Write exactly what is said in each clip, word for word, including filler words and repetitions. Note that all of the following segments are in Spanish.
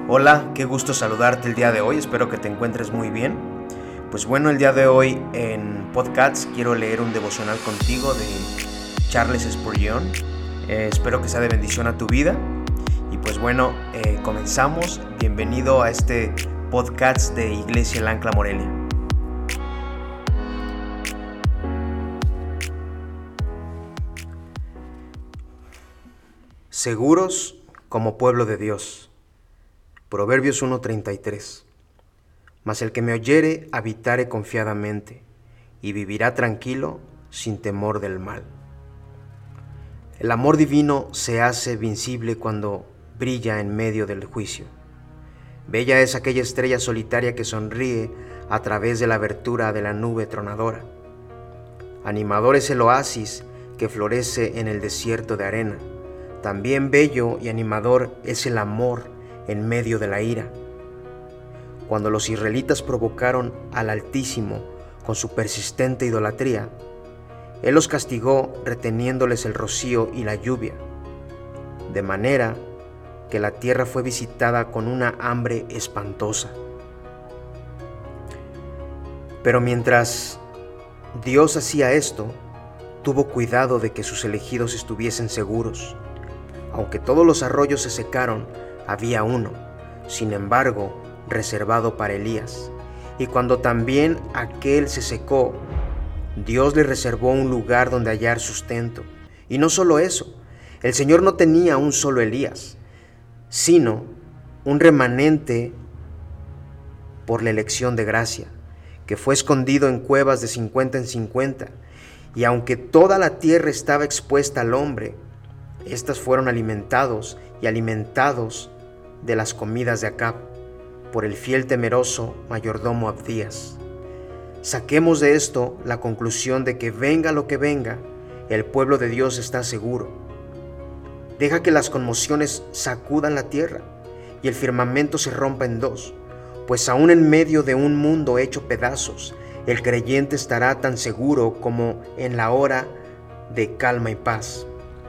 Hola, qué gusto saludarte el día de hoy, espero que te encuentres muy bien. Pues bueno, el día de hoy en Podcast quiero leer un devocional contigo de Charles Spurgeon. Eh, espero que sea de bendición a tu vida. Y pues bueno, eh, comenzamos. Bienvenido a este podcast de Iglesia El Ancla Morelia. Seguros como pueblo de Dios. Proverbios uno treinta y tres. Mas el que me oyere habitare confiadamente, y vivirá tranquilo sin temor del mal. El amor divino se hace visible cuando brilla en medio del juicio. Bella es aquella estrella solitaria que sonríe a través de la abertura de la nube tronadora. Animador es el oasis que florece en el desierto de arena. También bello y animador es el amor en medio de la ira. Cuando los israelitas provocaron al Altísimo con su persistente idolatría, Él los castigó reteniéndoles el rocío y la lluvia, de manera que la tierra fue visitada con una hambre espantosa. Pero mientras Dios hacía esto, tuvo cuidado de que sus elegidos estuviesen seguros. Aunque todos los arroyos se secaron, había uno, sin embargo, reservado para Elías. Y cuando también aquel se secó, Dios le reservó un lugar donde hallar sustento. Y no solo eso, el Señor no tenía un solo Elías, sino un remanente por la elección de gracia, que fue escondido en cuevas de cincuenta en cincuenta. Y aunque toda la tierra estaba expuesta al hombre, éstas fueron alimentados y alimentados de las comidas de Acab, por el fiel temeroso mayordomo Abdías. Saquemos de esto la conclusión de que venga lo que venga, el pueblo de Dios está seguro. Deja que las conmociones sacudan la tierra y el firmamento se rompa en dos, pues aún en medio de un mundo hecho pedazos, el creyente estará tan seguro como en la hora de calma y paz.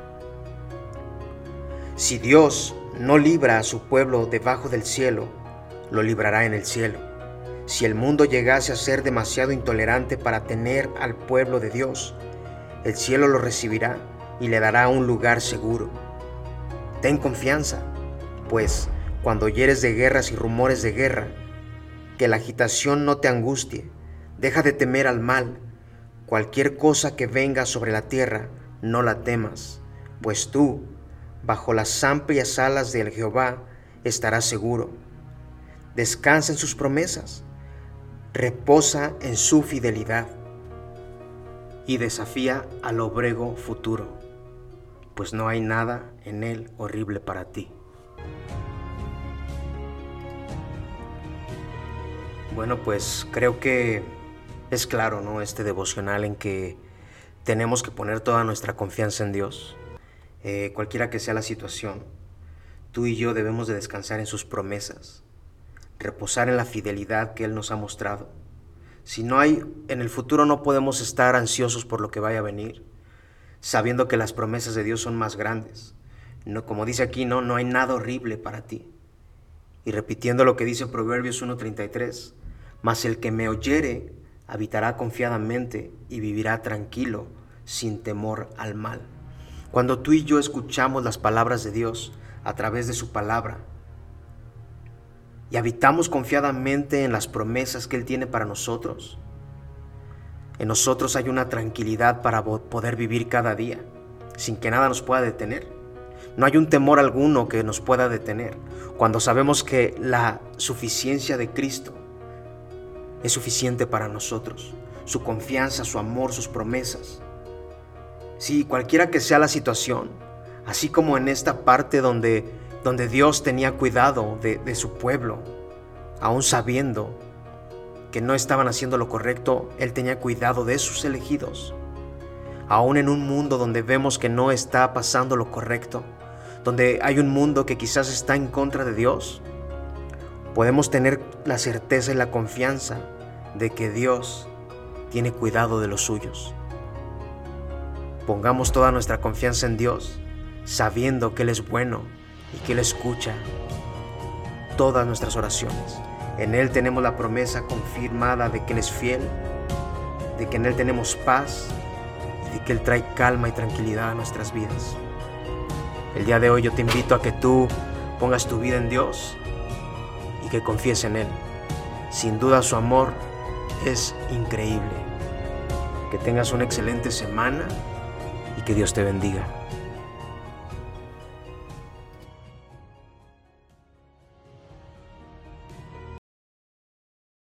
Si Dios no libra a su pueblo debajo del cielo, lo librará en el cielo. Si el mundo llegase a ser demasiado intolerante para tener al pueblo de Dios, el cielo lo recibirá y le dará un lugar seguro. Ten confianza, pues cuando oyeres de guerras y rumores de guerra, que la agitación no te angustie, deja de temer al mal. Cualquier cosa que venga sobre la tierra, no la temas, pues tú, bajo las amplias alas del Jehová, estarás seguro. Descansa en sus promesas, reposa en su fidelidad y desafía al obrego futuro, pues no hay nada en él horrible para ti. Bueno, pues creo que es claro, ¿no? Este devocional en que tenemos que poner toda nuestra confianza en Dios. Eh, cualquiera que sea la situación, tú y yo debemos de descansar en sus promesas, reposar en la fidelidad que Él nos ha mostrado. Si no hay, en el futuro no podemos estar ansiosos por lo que vaya a venir, sabiendo que las promesas de Dios son más grandes. No, como dice aquí, no, no hay nada horrible para ti. Y repitiendo lo que dice Proverbios uno treinta y tres, mas el que me oyere habitará confiadamente y vivirá tranquilo sin temor al mal. Cuando tú y yo escuchamos las palabras de Dios a través de su palabra y habitamos confiadamente en las promesas que Él tiene para nosotros, en nosotros hay una tranquilidad para poder vivir cada día sin que nada nos pueda detener. No hay un temor alguno que nos pueda detener cuando sabemos que la suficiencia de Cristo es suficiente para nosotros, su confianza, su amor, sus promesas. Sí, cualquiera que sea la situación, así como en esta parte donde, donde Dios tenía cuidado de, de su pueblo, aún sabiendo que no estaban haciendo lo correcto, Él tenía cuidado de sus elegidos. Aún en un mundo donde vemos que no está pasando lo correcto, donde hay un mundo que quizás está en contra de Dios, podemos tener la certeza y la confianza de que Dios tiene cuidado de los suyos. Pongamos toda nuestra confianza en Dios, sabiendo que Él es bueno y que Él escucha todas nuestras oraciones. En Él tenemos la promesa confirmada de que Él es fiel, de que en Él tenemos paz y de que Él trae calma y tranquilidad a nuestras vidas. El día de hoy yo te invito a que tú pongas tu vida en Dios y que confíes en Él. Sin duda su amor es increíble. Que tengas una excelente semana y que Dios te bendiga.